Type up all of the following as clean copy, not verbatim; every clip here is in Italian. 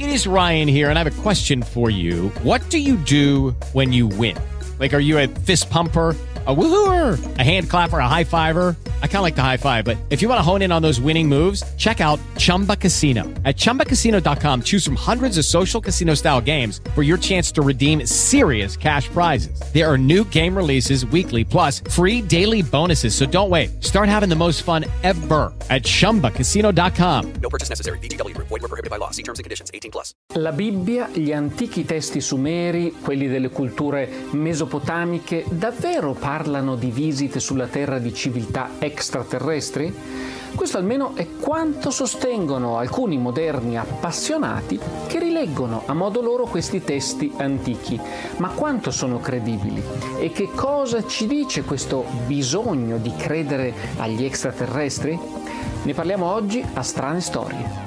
It is Ryan here, and I have a question for you. What do you do when you win? Like, are you a fist pumper, a woohooer, a hand clapper, a high fiver? I kind of like the high five, but if you want to hone in on those winning moves, check out Chumba Casino. At ChumbaCasino.com, choose from hundreds of social casino style games for your chance to redeem serious cash prizes. There are new game releases weekly, plus free daily bonuses. So don't wait. Start having the most fun ever at ChumbaCasino.com. No purchase necessary. VGW Group. Void where prohibited by law. See terms and conditions. 18+. La Bibbia, gli antichi testi sumeri, quelli delle culture mesopotamiche, davvero parlano di visite sulla terra di civiltà extraterrestri? Questo almeno è quanto sostengono alcuni moderni appassionati che rileggono a modo loro questi testi antichi. Ma quanto sono credibili? E che cosa ci dice questo bisogno di credere agli extraterrestri? Ne parliamo oggi a Strane Storie.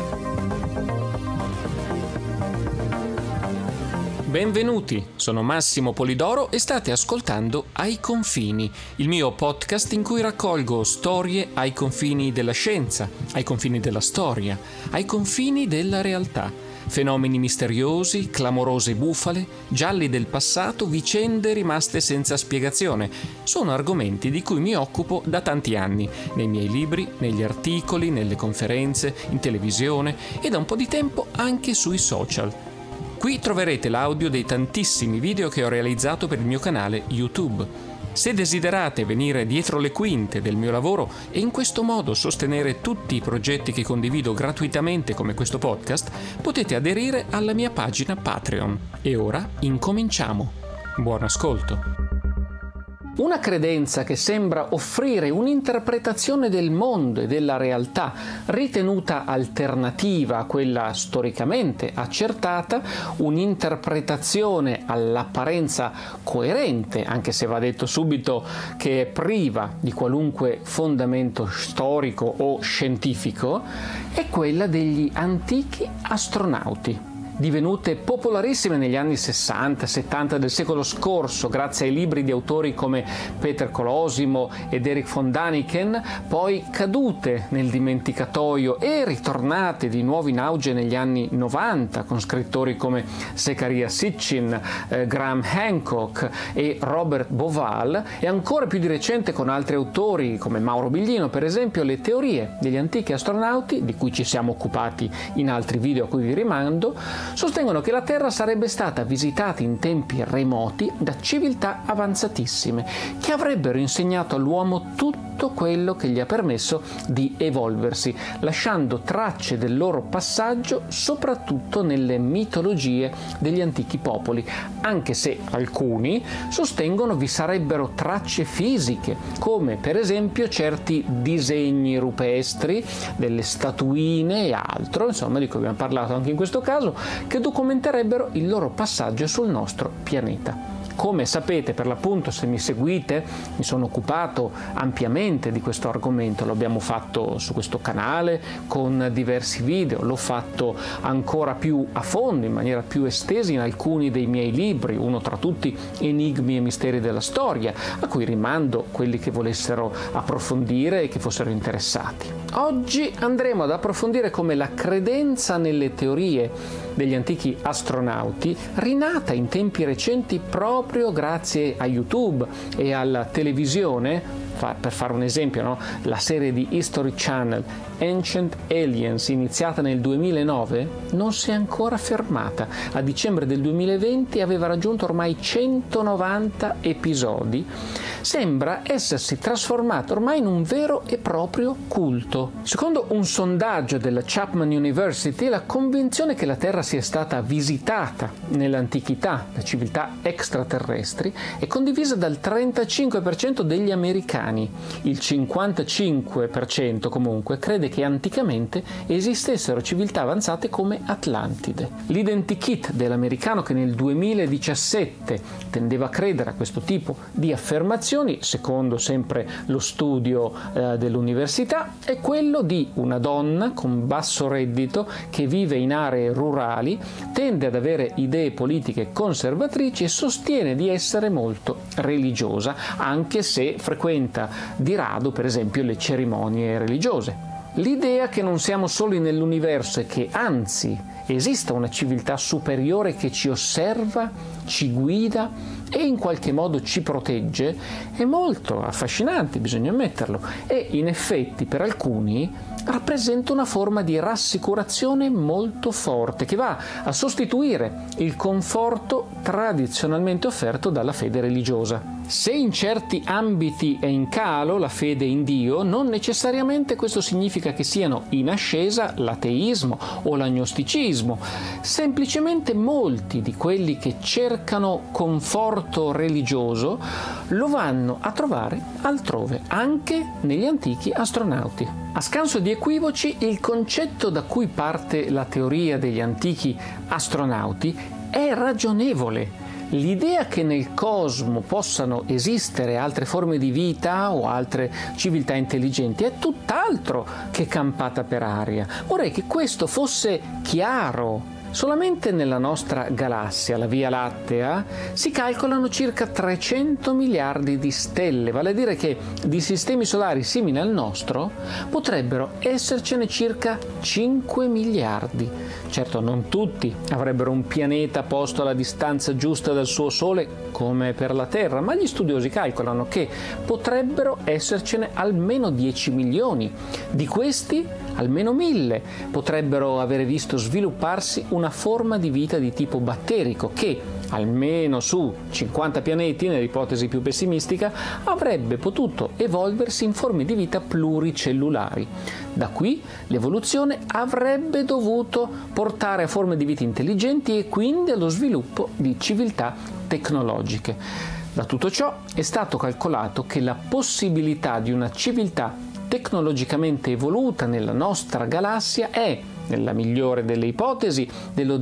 Benvenuti, sono Massimo Polidoro e state ascoltando Ai Confini, il mio podcast in cui raccolgo storie ai confini della scienza, ai confini della storia, ai confini della realtà. Fenomeni misteriosi, clamorose bufale, gialli del passato, vicende rimaste senza spiegazione. Sono argomenti di cui mi occupo da tanti anni, nei miei libri, negli articoli, nelle conferenze, in televisione e da un po' di tempo anche sui social. Qui troverete l'audio dei tantissimi video che ho realizzato per il mio canale YouTube. Se desiderate venire dietro le quinte del mio lavoro e in questo modo sostenere tutti i progetti che condivido gratuitamente come questo podcast, potete aderire alla mia pagina Patreon. E ora incominciamo. Buon ascolto. Una credenza che sembra offrire un'interpretazione del mondo e della realtà ritenuta alternativa a quella storicamente accertata, un'interpretazione all'apparenza coerente, anche se va detto subito che è priva di qualunque fondamento storico o scientifico, è quella degli antichi astronauti. Divenute popolarissime negli anni 60-70 del secolo scorso grazie ai libri di autori come Peter Colosimo ed Erich von Däniken, poi cadute nel dimenticatoio e ritornate di nuovo in auge negli anni 90 con scrittori come Zecharia Sitchin, Graham Hancock e Robert Bauval, e ancora più di recente con altri autori come Mauro Biglino, per esempio. Le teorie degli antichi astronauti, di cui ci siamo occupati in altri video a cui vi rimando, sostengono che la Terra sarebbe stata visitata in tempi remoti da civiltà avanzatissime che avrebbero insegnato all'uomo tutto quello che gli ha permesso di evolversi, lasciando tracce del loro passaggio soprattutto nelle mitologie degli antichi popoli, anche se alcuni sostengono vi sarebbero tracce fisiche, come per esempio certi disegni rupestri, delle statuine e altro, insomma, di cui abbiamo parlato anche in questo caso, che documenterebbero il loro passaggio sul nostro pianeta. Come sapete, per l'appunto, se mi seguite, mi sono occupato ampiamente di questo argomento. Lo abbiamo fatto su questo canale con diversi video, l'ho fatto ancora più a fondo, in maniera più estesa in alcuni dei miei libri, uno tra tutti Enigmi e misteri della storia, a cui rimando quelli che volessero approfondire e che fossero interessati. Oggi andremo ad approfondire come la credenza nelle teorie degli antichi astronauti, rinata in tempi recenti proprio grazie a YouTube e alla televisione. Per fare un esempio, no? La serie di History Channel Ancient Aliens, iniziata nel 2009, non si è ancora fermata. A dicembre del 2020 aveva raggiunto ormai 190 episodi. Sembra essersi trasformata ormai in un vero e proprio culto. Secondo un sondaggio della Chapman University, la convinzione che la Terra sia stata visitata nell'antichità da civiltà extraterrestri è condivisa dal 35% degli americani. Il 55% comunque crede che anticamente esistessero civiltà avanzate come Atlantide. L'identikit dell'americano, che nel 2017 tendeva a credere a questo tipo di affermazioni, secondo sempre lo studio dell'università, è quello di una donna con basso reddito che vive in aree rurali, tende ad avere idee politiche conservatrici e sostiene di essere molto religiosa, anche se frequenta di rado, per esempio, le cerimonie religiose. L'idea che non siamo soli nell'universo e che, anzi, esista una civiltà superiore che ci osserva, ci guida e in qualche modo ci protegge è molto affascinante, bisogna ammetterlo, e in effetti per alcuni rappresenta una forma di rassicurazione molto forte che va a sostituire il conforto tradizionalmente offerto dalla fede religiosa. Se in certi ambiti è in calo la fede in Dio, non necessariamente questo significa che siano in ascesa l'ateismo o l'agnosticismo. Semplicemente molti di quelli che cercano conforto religioso lo vanno a trovare altrove, anche negli antichi astronauti. A scanso di equivoci, il concetto da cui parte la teoria degli antichi astronauti è ragionevole. L'idea che nel cosmo possano esistere altre forme di vita o altre civiltà intelligenti è tutt'altro che campata per aria. Vorrei che questo fosse chiaro. Solamente nella nostra galassia, la Via Lattea, si calcolano circa 300 miliardi di stelle, vale a dire che di sistemi solari simili al nostro potrebbero essercene circa 5 miliardi. Certo, non tutti avrebbero un pianeta posto alla distanza giusta dal suo Sole come per la Terra, ma gli studiosi calcolano che potrebbero essercene almeno 10 milioni. Di questi, almeno 1000 potrebbero avere visto svilupparsi una forma di vita di tipo batterico che, almeno su 50 pianeti, nell'ipotesi più pessimistica, avrebbe potuto evolversi in forme di vita pluricellulari. Da qui l'evoluzione avrebbe dovuto portare a forme di vita intelligenti e quindi allo sviluppo di civiltà tecnologiche. Da tutto ciò è stato calcolato che la possibilità di una civiltà tecnologicamente evoluta nella nostra galassia è, nella migliore delle ipotesi, dello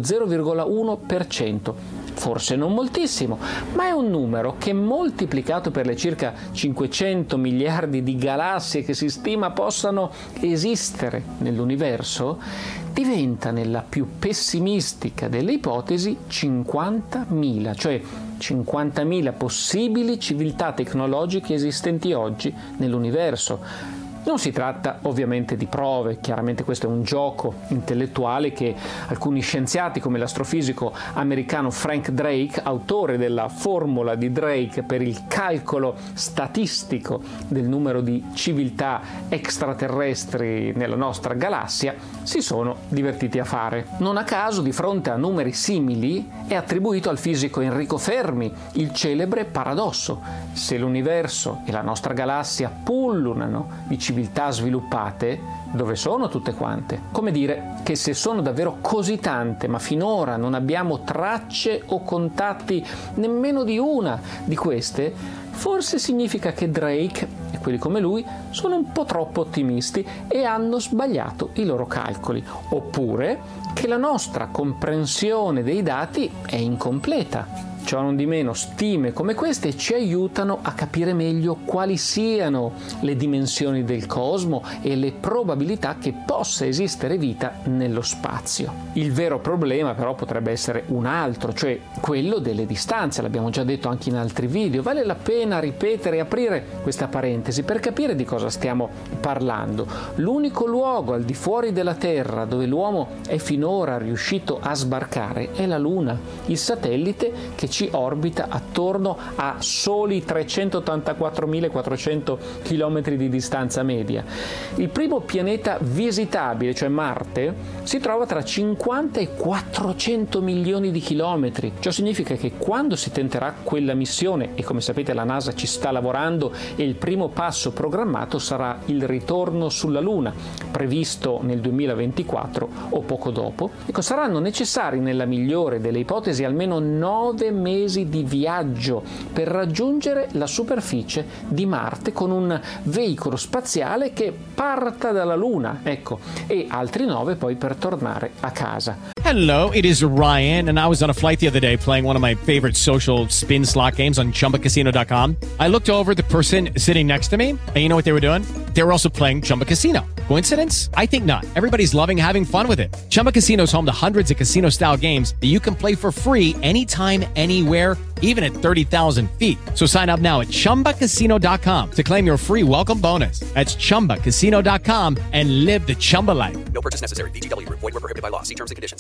0,1%. Forse non moltissimo, ma è un numero che moltiplicato per le circa 500 miliardi di galassie che si stima possano esistere nell'universo, diventa nella più pessimistica delle ipotesi 50.000, cioè 50.000 possibili civiltà tecnologiche esistenti oggi nell'universo. Non si tratta ovviamente di prove, chiaramente questo è un gioco intellettuale che alcuni scienziati come l'astrofisico americano Frank Drake, autore della formula di Drake per il calcolo statistico del numero di civiltà extraterrestri nella nostra galassia, si sono divertiti a fare. Non a caso, di fronte a numeri simili, è attribuito al fisico Enrico Fermi il celebre paradosso: se l'universo e la nostra galassia pullulano di civiltà sviluppate, dove sono tutte quante? Come dire che se sono davvero così tante, ma finora non abbiamo tracce o contatti nemmeno di una di queste, forse significa che Drake e quelli come lui sono un po' troppo ottimisti e hanno sbagliato i loro calcoli, oppure che la nostra comprensione dei dati è incompleta. Ciò non di meno, stime come queste ci aiutano a capire meglio quali siano le dimensioni del cosmo e le probabilità che possa esistere vita nello spazio. Il vero problema però potrebbe essere un altro, cioè quello delle distanze, l'abbiamo già detto anche in altri video. Vale la pena ripetere e aprire questa parentesi per capire di cosa stiamo parlando. L'unico luogo al di fuori della Terra dove l'uomo è finora riuscito a sbarcare è la Luna, il satellite che ci orbita attorno a soli 384.400 km di distanza media. Il primo pianeta visitabile, cioè Marte, si trova tra 50 e 400 milioni di chilometri. Ciò significa che quando si tenterà quella missione, e come sapete la NASA ci sta lavorando e il primo passo programmato sarà il ritorno sulla Luna, previsto nel 2024 o poco dopo, saranno necessari nella migliore delle ipotesi almeno 9 mesi di viaggio per raggiungere la superficie di Marte con un veicolo spaziale che parta dalla Luna, e altri 9 poi per tornare a casa. Hello, it is Ryan, and I was on a flight the other day playing one of my favorite social spin slot games on ChumbaCasino.com. I looked over at the person sitting next to me, and you know what they were doing? They were also playing Chumba Casino. Coincidence? I think not. Everybody's loving having fun with it. Chumba Casino is home to hundreds of casino-style games that you can play for free anytime, anywhere, even at 30,000 feet. So sign up now at ChumbaCasino.com to claim your free welcome bonus. That's ChumbaCasino.com and live the Chumba life. No purchase necessary. VGW Group. Void where prohibited by law. See terms and conditions.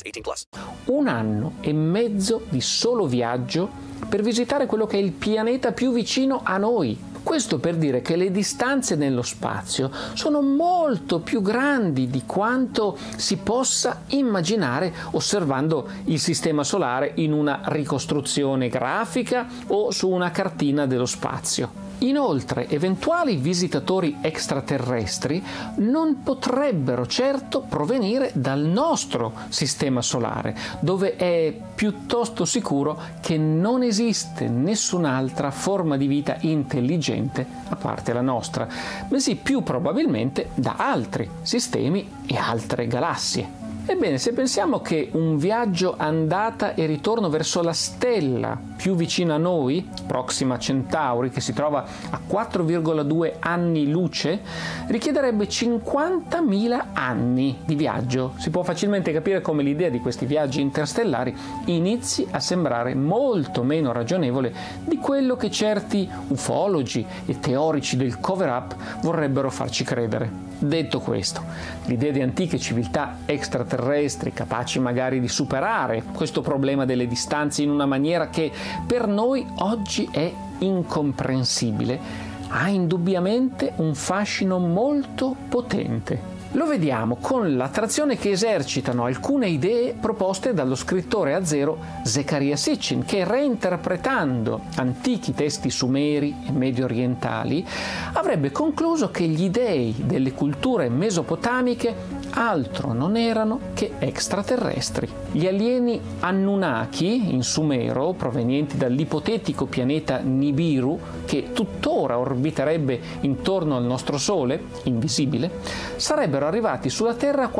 18+. 1 anno e mezzo di solo viaggio per visitare quello che è il pianeta più vicino a noi. Questo per dire che le distanze nello spazio sono molto più grandi di quanto si possa immaginare osservando il sistema solare in una ricostruzione grafica o su una cartina dello spazio. Inoltre, eventuali visitatori extraterrestri non potrebbero certo provenire dal nostro sistema solare, dove è piuttosto sicuro che non esiste nessun'altra forma di vita intelligente a parte la nostra, bensì più probabilmente da altri sistemi e altre galassie. Ebbene, se pensiamo che un viaggio andata e ritorno verso la stella più vicina a noi, Proxima Centauri, che si trova a 4,2 anni luce, richiederebbe 50.000 anni di viaggio. Si può facilmente capire come l'idea di questi viaggi interstellari inizi a sembrare molto meno ragionevole di quello che certi ufologi e teorici del cover-up vorrebbero farci credere. Detto questo, l'idea di antiche civiltà extraterrestri capaci magari di superare questo problema delle distanze in una maniera che per noi oggi è incomprensibile ha indubbiamente un fascino molto potente. Lo vediamo con l'attrazione che esercitano alcune idee proposte dallo scrittore azero Zecharia Sitchin, che reinterpretando antichi testi sumeri e medio orientali avrebbe concluso che gli dei delle culture mesopotamiche altro non erano che extraterrestri. Gli alieni Anunnaki in sumero, provenienti dall'ipotetico pianeta Nibiru, che tuttora orbiterebbe intorno al nostro Sole, invisibile, sarebbero arrivati sulla Terra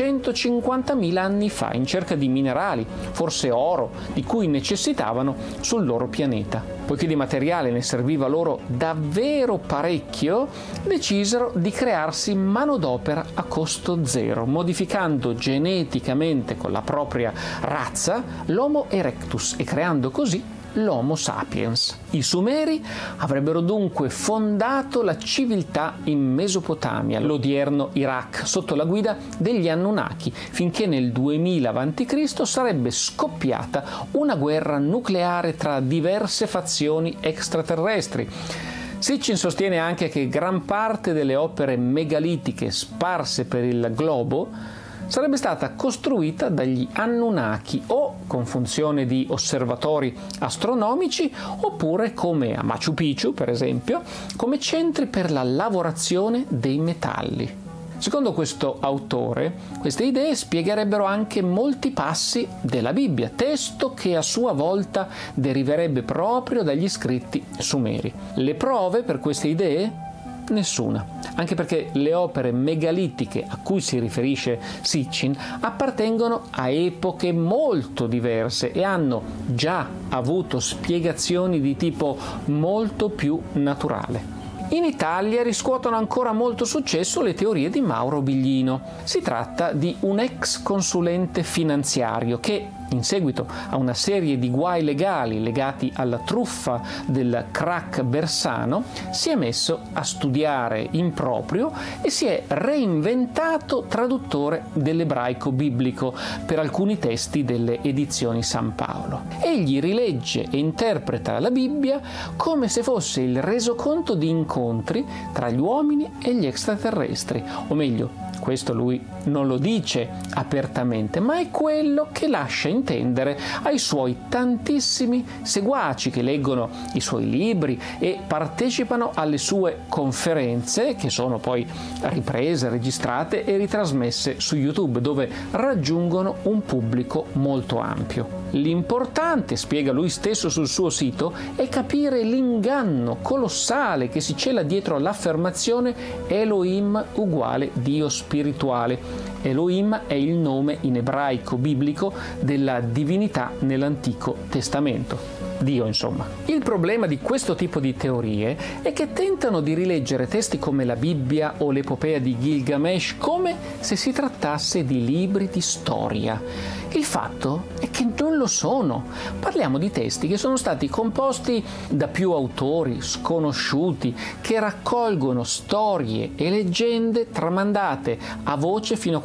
450.000 anni fa in cerca di minerali, forse oro, di cui necessitavano sul loro pianeta. Poiché di materiale ne serviva loro davvero parecchio, decisero di crearsi manodopera a costo zero, modificando geneticamente con la propria razza l'Homo erectus e creando così l'Homo sapiens. I Sumeri avrebbero dunque fondato la civiltà in Mesopotamia, l'odierno Iraq, sotto la guida degli Anunnaki, finché nel 2000 a.C. sarebbe scoppiata una guerra nucleare tra diverse fazioni extraterrestri. Sitchin sostiene anche che gran parte delle opere megalitiche sparse per il globo sarebbe stata costruita dagli Anunnaki o con funzione di osservatori astronomici oppure, come a Machu Picchu per esempio, come centri per la lavorazione dei metalli. Secondo questo autore, queste idee spiegherebbero anche molti passi della Bibbia, testo che a sua volta deriverebbe proprio dagli scritti sumeri. Le prove per queste idee? Nessuna, anche perché le opere megalitiche a cui si riferisce Sitchin appartengono a epoche molto diverse e hanno già avuto spiegazioni di tipo molto più naturale. In Italia riscuotono ancora molto successo le teorie di Mauro Biglino. Si tratta di un ex consulente finanziario che, in seguito a una serie di guai legali legati alla truffa del crack Bersano, si è messo a studiare in proprio e si è reinventato traduttore dell'ebraico biblico per alcuni testi delle edizioni San Paolo. Egli rilegge e interpreta la Bibbia come se fosse il resoconto di incontri tra gli uomini e gli extraterrestri, o meglio, questo lui non lo dice apertamente, ma è quello che lascia intendere ai suoi tantissimi seguaci che leggono i suoi libri e partecipano alle sue conferenze, che sono poi riprese, registrate e ritrasmesse su YouTube, dove raggiungono un pubblico molto ampio. L'importante, spiega lui stesso sul suo sito, è capire l'inganno colossale che si cela dietro l'affermazione Elohim uguale Dio spirituale. Elohim è il nome in ebraico biblico della divinità nell'Antico Testamento. Dio, insomma. Il problema di questo tipo di teorie è che tentano di rileggere testi come la Bibbia o l'epopea di Gilgamesh come se si trattasse di libri di storia. Il fatto è che non lo sono. Parliamo di testi che sono stati composti da più autori sconosciuti che raccolgono storie e leggende tramandate a voce fino a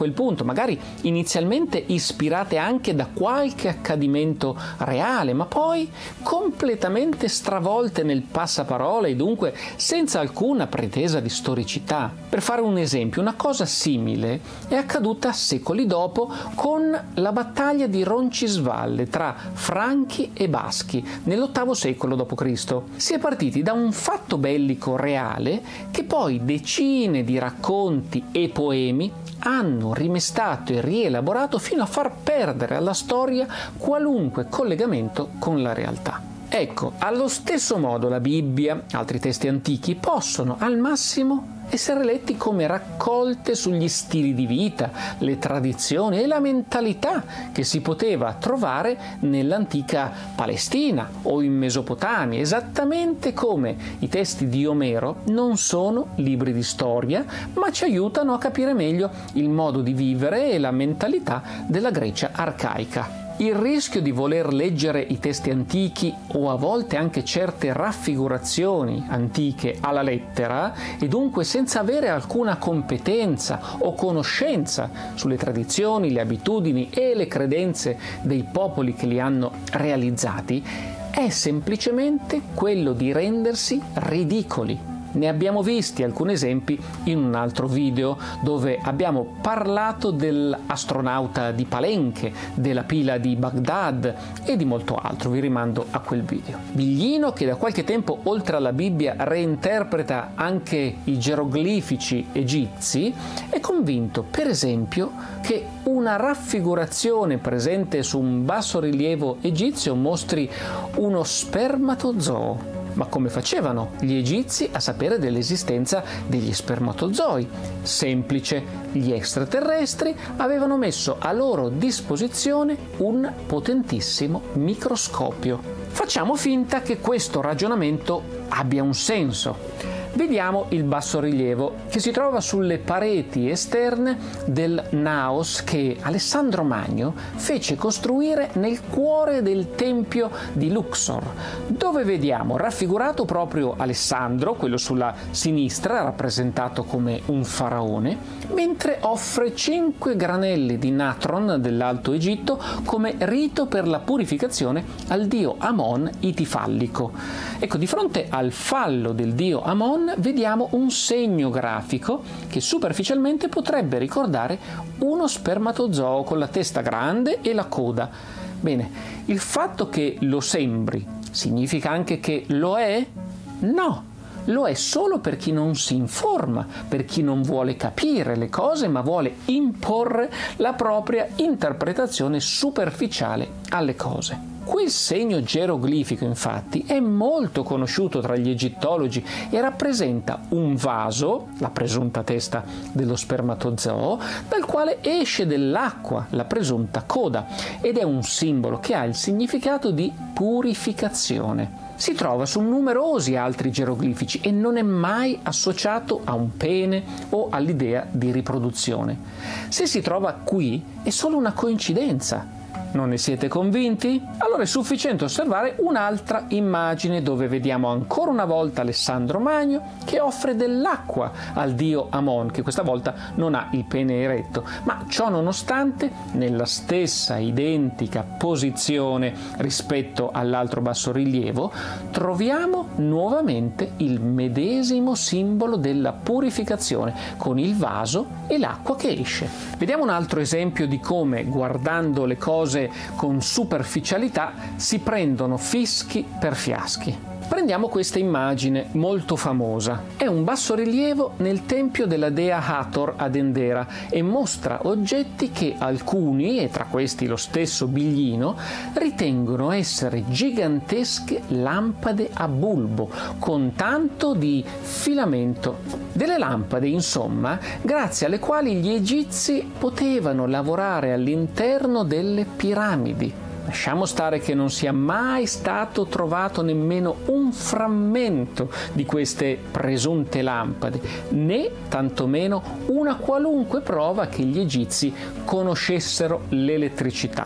quel punto, magari inizialmente ispirate anche da qualche accadimento reale, ma poi completamente stravolte nel passaparola e dunque senza alcuna pretesa di storicità. Per fare un esempio, una cosa simile è accaduta secoli dopo con la battaglia di Roncisvalle tra Franchi e Baschi nell'VIII secolo d.C. Si è partiti da un fatto bellico reale che poi decine di racconti e poemi hanno rimestato e rielaborato fino a far perdere alla storia qualunque collegamento con la realtà. Ecco, allo stesso modo la Bibbia, altri testi antichi, possono al massimo essere letti come raccolte sugli stili di vita, le tradizioni e la mentalità che si poteva trovare nell'antica Palestina o in Mesopotamia, esattamente come i testi di Omero non sono libri di storia, ma ci aiutano a capire meglio il modo di vivere e la mentalità della Grecia arcaica. Il rischio di voler leggere i testi antichi o a volte anche certe raffigurazioni antiche alla lettera e dunque senza avere alcuna competenza o conoscenza sulle tradizioni, le abitudini e le credenze dei popoli che li hanno realizzati è semplicemente quello di rendersi ridicoli. Ne abbiamo visti alcuni esempi in un altro video dove abbiamo parlato dell'astronauta di Palenque, della pila di Baghdad e di molto altro, vi rimando a quel video. Biglino, che da qualche tempo oltre alla Bibbia reinterpreta anche i geroglifici egizi, è convinto per esempio che una raffigurazione presente su un bassorilievo egizio mostri uno spermatozoo. Ma come facevano gli egizi a sapere dell'esistenza degli spermatozoi? Semplice, gli extraterrestri avevano messo a loro disposizione un potentissimo microscopio. Facciamo finta che questo ragionamento abbia un senso. Vediamo il bassorilievo che si trova sulle pareti esterne del naos che Alessandro Magno fece costruire nel cuore del tempio di Luxor, dove vediamo raffigurato proprio Alessandro, quello sulla sinistra rappresentato come un faraone, mentre offre 5 granelli di natron dell'Alto Egitto come rito per la purificazione al dio Amon itifallico. Ecco, di fronte al fallo del dio Amon vediamo un segno grafico che superficialmente potrebbe ricordare uno spermatozoo con la testa grande e la coda. Bene, il fatto che lo sembri significa anche che lo è? No, lo è solo per chi non si informa, per chi non vuole capire le cose ma vuole imporre la propria interpretazione superficiale alle cose. Quel segno geroglifico, infatti, è molto conosciuto tra gli egittologi e rappresenta un vaso, la presunta testa dello spermatozoo, dal quale esce dell'acqua, la presunta coda, ed è un simbolo che ha il significato di purificazione. Si trova su numerosi altri geroglifici e non è mai associato a un pene o all'idea di riproduzione. Se si trova qui è solo una coincidenza. Non ne siete convinti? Allora è sufficiente osservare un'altra immagine dove vediamo ancora una volta Alessandro Magno che offre dell'acqua al dio Amon, che questa volta non ha il pene eretto, ma ciò nonostante nella stessa identica posizione rispetto all'altro bassorilievo troviamo nuovamente il medesimo simbolo della purificazione con il vaso e l'acqua che esce. Vediamo un altro esempio di come, guardando le cose con superficialità, si prendono fischi per fiaschi. Prendiamo questa immagine molto famosa. È un bassorilievo nel tempio della dea Hathor ad Endera e mostra oggetti che alcuni, e tra questi lo stesso Biglino, ritengono essere gigantesche lampade a bulbo con tanto di filamento. Delle lampade, insomma, grazie alle quali gli egizi potevano lavorare all'interno delle piramidi. Lasciamo stare che non sia mai stato trovato nemmeno un frammento di queste presunte lampade, né tantomeno una qualunque prova che gli egizi conoscessero l'elettricità.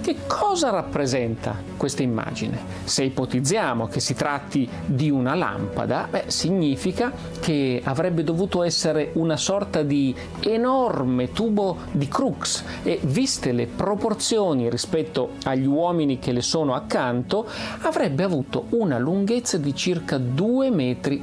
Che cosa rappresenta questa immagine? Se ipotizziamo che si tratti di una lampada, significa che avrebbe dovuto essere una sorta di enorme tubo di crux e, viste le proporzioni rispetto agli uomini che le sono accanto, avrebbe avuto una lunghezza di circa 2,5 metri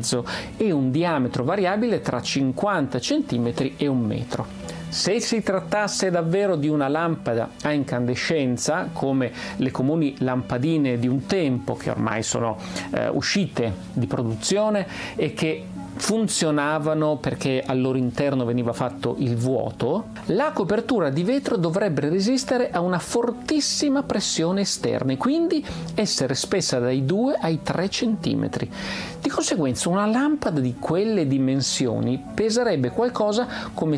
e un diametro variabile tra 50 centimetri e 1 metro. Se si trattasse davvero di una lampada a incandescenza, come le comuni lampadine di un tempo, che ormai sono uscite di produzione e che funzionavano perché al loro interno veniva fatto il vuoto, la copertura di vetro dovrebbe resistere a una fortissima pressione esterna e quindi essere spessa dai 2 ai 3 centimetri. Di conseguenza una lampada di quelle dimensioni peserebbe qualcosa come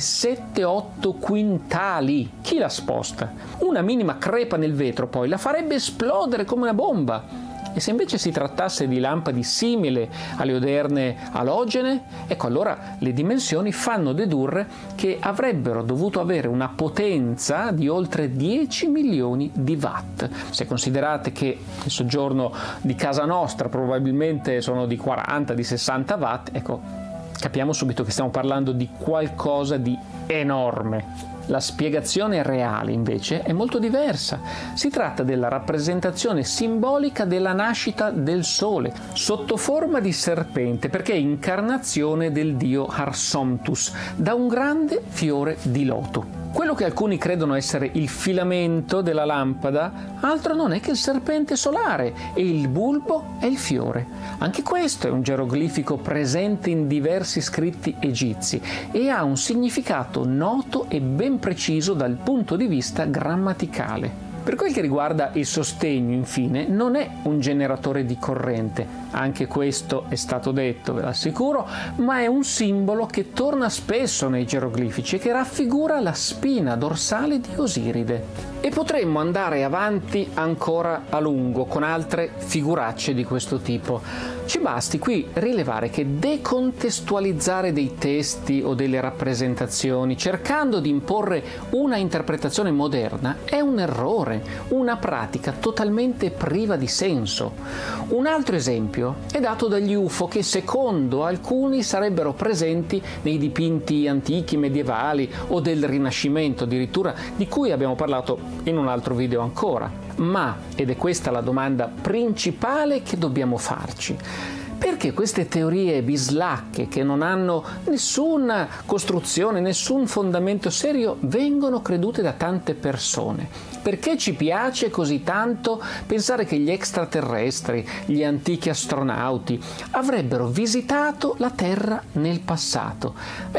7-8 quintali. Chi la sposta? Una minima crepa nel vetro poi la farebbe esplodere come una bomba. E se invece si trattasse di lampadi simili alle oderne alogene, ecco allora le dimensioni fanno dedurre che avrebbero dovuto avere una potenza di oltre 10 milioni di watt. Se considerate che il soggiorno di casa nostra probabilmente sono di 40, di 60 watt, ecco, capiamo subito che stiamo parlando di qualcosa di enorme. La spiegazione reale, invece, è molto diversa. Si tratta della rappresentazione simbolica della nascita del Sole, sotto forma di serpente, perché è incarnazione del dio Harsomptus, da un grande fiore di loto. Quello che alcuni credono essere il filamento della lampada, altro non è che il serpente solare, e il bulbo è il fiore. Anche questo è un geroglifico presente in diversi scritti egizi e ha un significato noto e ben preciso dal punto di vista grammaticale. Per quel che riguarda il sostegno, infine, non è un generatore di corrente, anche questo è stato detto, ve l'assicuro, ma è un simbolo che torna spesso nei geroglifici e che raffigura la spina dorsale di Osiride. E potremmo andare avanti ancora a lungo con altre figuracce di questo tipo. Ci basti qui rilevare che decontestualizzare dei testi o delle rappresentazioni cercando di imporre una interpretazione moderna è un errore, una pratica totalmente priva di senso. Un altro esempio è dato dagli UFO che secondo alcuni sarebbero presenti nei dipinti antichi, medievali o del Rinascimento addirittura, di cui abbiamo parlato in un altro video ancora. Ma, ed è questa la domanda principale che dobbiamo farci, perché queste teorie bislacche che non hanno nessuna costruzione, nessun fondamento serio vengono credute da tante persone? Perché ci piace così tanto pensare che gli extraterrestri, gli antichi astronauti avrebbero visitato la Terra nel passato?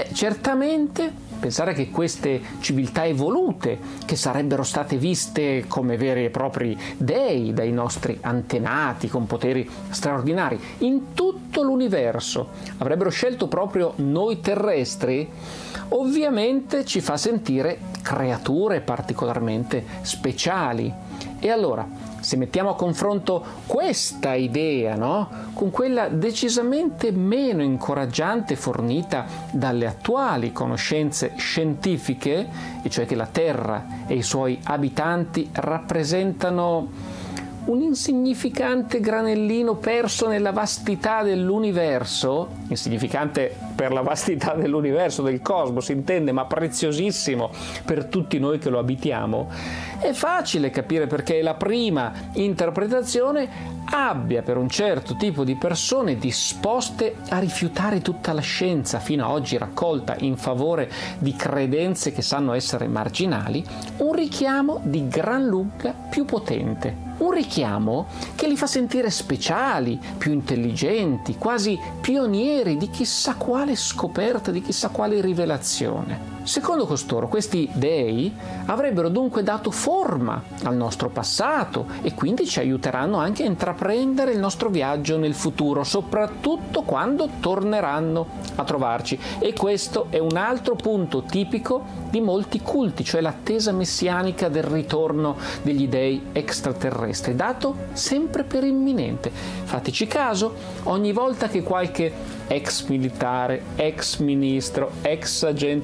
Certamente pensare che queste civiltà evolute, che sarebbero state viste come veri e propri dei dai nostri antenati con poteri straordinari in tutto l'universo, avrebbero scelto proprio noi terrestri, ovviamente ci fa sentire creature particolarmente speciali. E allora, se mettiamo a confronto questa idea, con quella decisamente meno incoraggiante fornita dalle attuali conoscenze scientifiche, e cioè che la Terra e i suoi abitanti rappresentano un insignificante granellino perso nella vastità dell'universo, insignificante per la vastità dell'universo, del cosmo, si intende, ma preziosissimo per tutti noi che lo abitiamo, è facile capire perché la prima interpretazione abbia per un certo tipo di persone disposte a rifiutare tutta la scienza fino ad oggi raccolta in favore di credenze che sanno essere marginali, un richiamo di gran lunga più potente. Un richiamo che li fa sentire speciali, più intelligenti, quasi pionieri di chissà quale scoperta, di chissà quale rivelazione. Secondo costoro, questi dei avrebbero dunque dato forma al nostro passato e quindi ci aiuteranno anche a intraprendere il nostro viaggio nel futuro, soprattutto quando torneranno a trovarci. E questo è un altro punto tipico di molti culti, cioè l'attesa messianica del ritorno degli dei extraterrestri, dato sempre per imminente. Fateci caso, ogni volta che qualche ex militare, ex ministro, ex agente dei servizi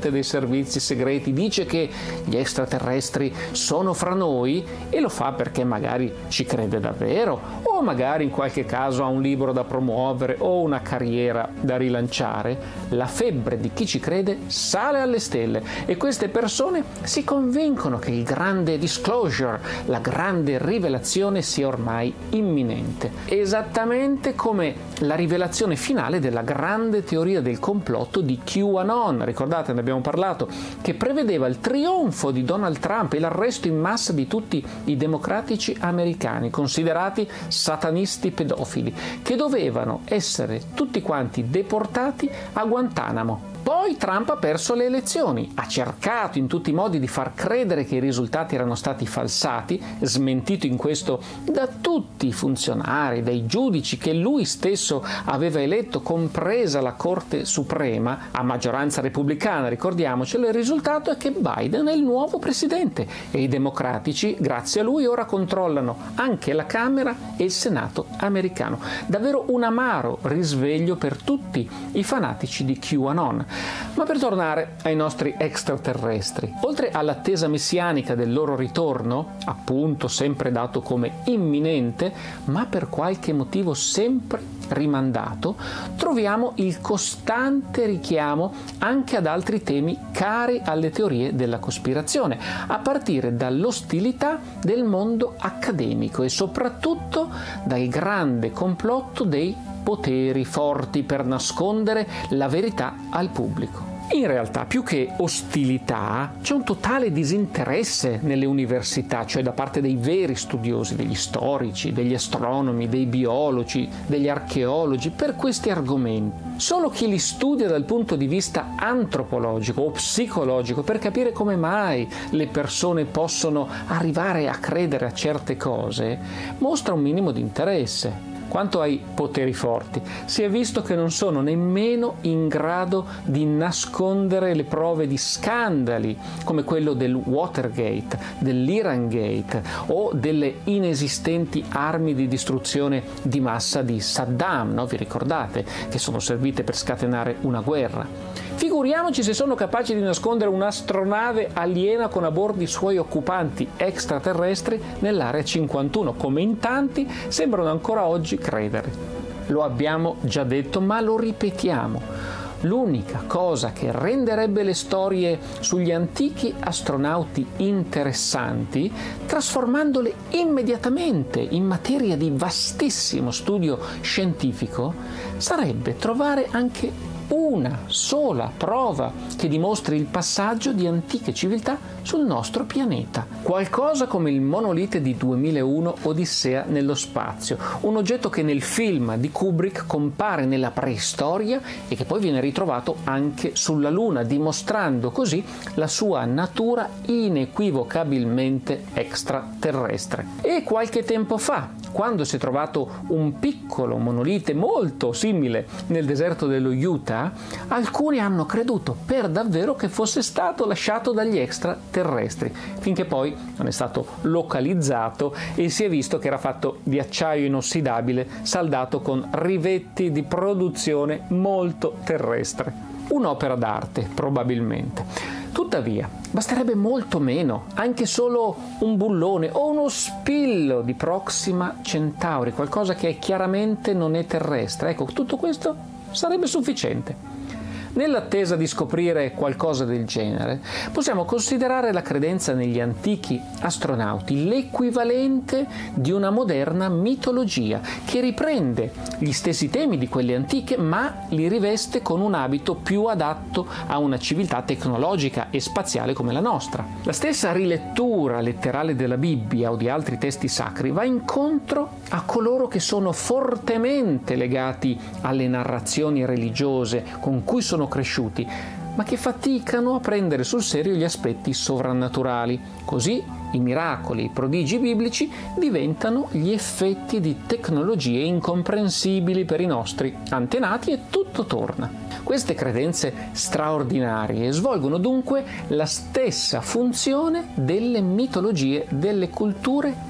servizi segreti, dice che gli extraterrestri sono fra noi e lo fa perché magari ci crede davvero o magari in qualche caso ha un libro da promuovere o una carriera da rilanciare, la febbre di chi ci crede sale alle stelle e queste persone si convincono che il grande disclosure, la grande rivelazione sia ormai imminente. Esattamente come la rivelazione finale della grande teoria del complotto di QAnon, ricordate, ne abbiamo parlato, che prevedeva il trionfo di Donald Trump e l'arresto in massa di tutti i democratici americani, considerati satanisti pedofili, che dovevano essere tutti quanti deportati a Guantanamo. Poi Trump ha perso le elezioni, ha cercato in tutti i modi di far credere che i risultati erano stati falsati, smentito in questo da tutti i funzionari, dai giudici che lui stesso aveva eletto, compresa la Corte Suprema, a maggioranza repubblicana, ricordiamocelo. Il risultato è che Biden è il nuovo presidente e i democratici, grazie a lui, ora controllano anche la Camera e il Senato americano. Davvero un amaro risveglio per tutti i fanatici di QAnon. Ma per tornare ai nostri extraterrestri, oltre all'attesa messianica del loro ritorno, appunto sempre dato come imminente, ma per qualche motivo sempre rimandato, troviamo il costante richiamo anche ad altri temi cari alle teorie della cospirazione, a partire dall'ostilità del mondo accademico e soprattutto dal grande complotto dei poteri forti per nascondere la verità al pubblico. In realtà, più che ostilità, c'è un totale disinteresse nelle università, cioè da parte dei veri studiosi, degli storici, degli astronomi, dei biologi, degli archeologi, per questi argomenti. Solo chi li studia dal punto di vista antropologico o psicologico, per capire come mai le persone possono arrivare a credere a certe cose, mostra un minimo di interesse. Quanto ai poteri forti, si è visto che non sono nemmeno in grado di nascondere le prove di scandali come quello del Watergate, dell'Irangate o delle inesistenti armi di distruzione di massa di Saddam, no? Vi ricordate? Che sono servite per scatenare una guerra. Figuriamoci se sono capaci di nascondere un'astronave aliena con a bordo i suoi occupanti extraterrestri nell'area 51, come in tanti sembrano ancora oggi credere. Lo abbiamo già detto, ma lo ripetiamo. L'unica cosa che renderebbe le storie sugli antichi astronauti interessanti, trasformandole immediatamente in materia di vastissimo studio scientifico, sarebbe trovare anche una sola prova che dimostri il passaggio di antiche civiltà sul nostro pianeta. Qualcosa come il monolite di 2001 Odissea nello spazio, un oggetto che nel film di Kubrick compare nella preistoria e che poi viene ritrovato anche sulla Luna, dimostrando così la sua natura inequivocabilmente extraterrestre. E qualche tempo fa, quando si è trovato un piccolo monolite molto simile nel deserto dello Utah, alcuni hanno creduto per davvero che fosse stato lasciato dagli extraterrestri, finché poi non è stato localizzato e si è visto che era fatto di acciaio inossidabile saldato con rivetti di produzione molto terrestre. Un'opera d'arte, probabilmente. Tuttavia, basterebbe molto meno, anche solo un bullone o uno spillo di Proxima Centauri, qualcosa che chiaramente non è terrestre. Ecco, tutto questo sarebbe sufficiente. Nell'attesa di scoprire qualcosa del genere, possiamo considerare la credenza negli antichi astronauti l'equivalente di una moderna mitologia che riprende gli stessi temi di quelle antiche, ma li riveste con un abito più adatto a una civiltà tecnologica e spaziale come la nostra. La stessa rilettura letterale della Bibbia o di altri testi sacri va incontro a coloro che sono fortemente legati alle narrazioni religiose con cui sono cresciuti, ma che faticano a prendere sul serio gli aspetti sovrannaturali. Così i miracoli, i prodigi biblici diventano gli effetti di tecnologie incomprensibili per i nostri antenati e tutto torna. Queste credenze straordinarie svolgono dunque la stessa funzione delle mitologie delle culture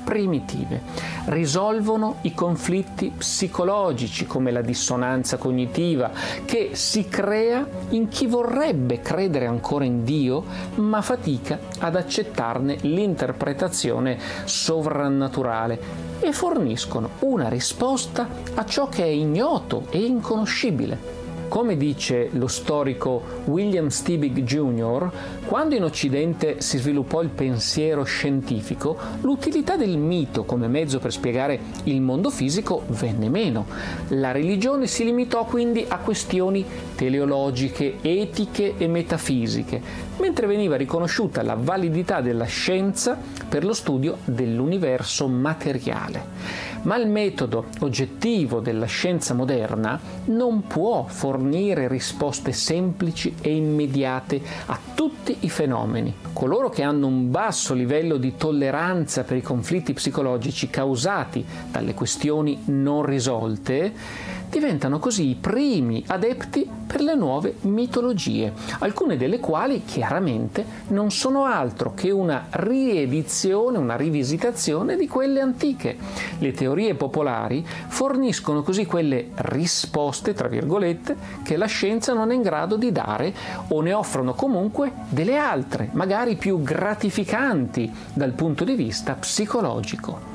primitive. Risolvono i conflitti psicologici come la dissonanza cognitiva che si crea in chi vorrebbe credere ancora in Dio ma fatica ad accettarne l'interpretazione sovrannaturale, e forniscono una risposta a ciò che è ignoto e inconoscibile. Come dice lo storico William Stebbing Jr., quando in Occidente si sviluppò il pensiero scientifico, l'utilità del mito come mezzo per spiegare il mondo fisico venne meno. La religione si limitò quindi a questioni teleologiche, etiche e metafisiche, mentre veniva riconosciuta la validità della scienza per lo studio dell'universo materiale. Ma il metodo oggettivo della scienza moderna non può fornire risposte semplici e immediate a tutti i fenomeni. Coloro che hanno un basso livello di tolleranza per i conflitti psicologici causati dalle questioni non risolte diventano così i primi adepti per le nuove mitologie, alcune delle quali chiaramente non sono altro che una riedizione, una rivisitazione di quelle antiche. Le teorie popolari forniscono così quelle risposte, tra virgolette, che la scienza non è in grado di dare, o ne offrono comunque delle altre, magari più gratificanti dal punto di vista psicologico.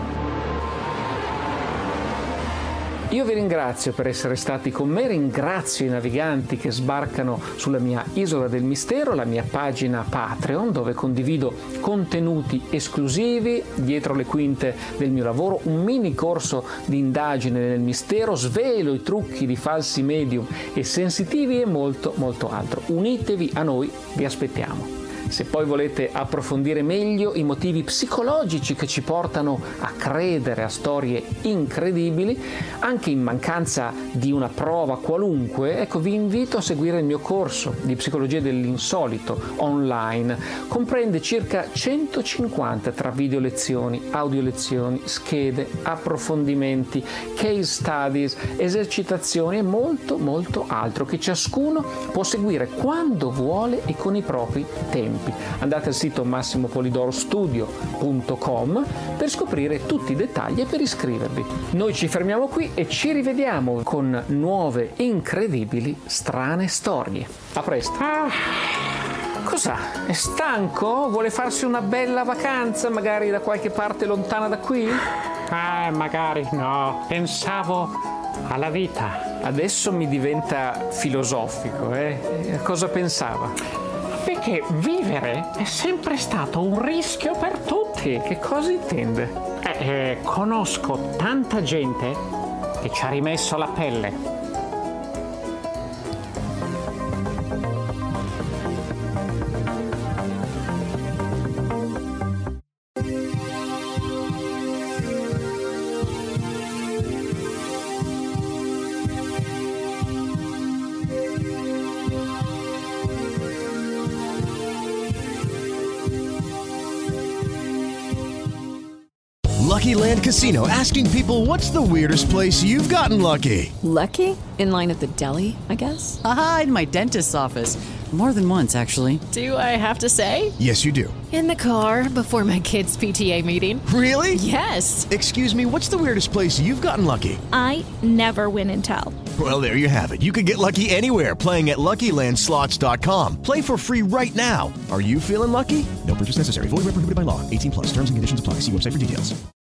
Io vi ringrazio per essere stati con me, ringrazio i naviganti che sbarcano sulla mia Isola del Mistero, la mia pagina Patreon, dove condivido contenuti esclusivi, dietro le quinte del mio lavoro, un mini corso di indagine nel mistero, svelo i trucchi di falsi medium e sensitivi e molto molto altro. Unitevi a noi, vi aspettiamo. Se poi volete approfondire meglio i motivi psicologici che ci portano a credere a storie incredibili, anche in mancanza di una prova qualunque, ecco, vi invito a seguire il mio corso di psicologia dell'insolito online. Comprende circa 150 tra video lezioni, audio lezioni, schede, approfondimenti, case studies, esercitazioni e molto molto altro che ciascuno può seguire quando vuole e con i propri tempi. Andate al sito massimopolidorostudio.com per scoprire tutti i dettagli e per iscrivervi. Noi ci fermiamo qui e ci rivediamo con nuove, incredibili, strane storie. A presto! Cos'ha? È stanco? Vuole farsi una bella vacanza, magari da qualche parte lontana da qui? Magari no. Pensavo alla vita. Adesso mi diventa filosofico, Cosa pensava? Perché vivere è sempre stato un rischio per tutti. Che cosa intende? Conosco tanta gente che ci ha rimesso la pelle. Lucky Land Casino, asking people, what's the weirdest place you've gotten lucky? Lucky? In line at the deli, I guess? Aha, in my dentist's office. More than once, actually. Do I have to say? Yes, you do. In the car before my kids' PTA meeting. Really? Yes. Excuse me, what's the weirdest place you've gotten lucky? I never win and tell. Well, there you have it. You can get lucky anywhere, playing at LuckyLandSlots.com. Play for free right now. Are you feeling lucky? No purchase necessary. Void where prohibited by law. 18+. Terms and conditions apply. See website for details.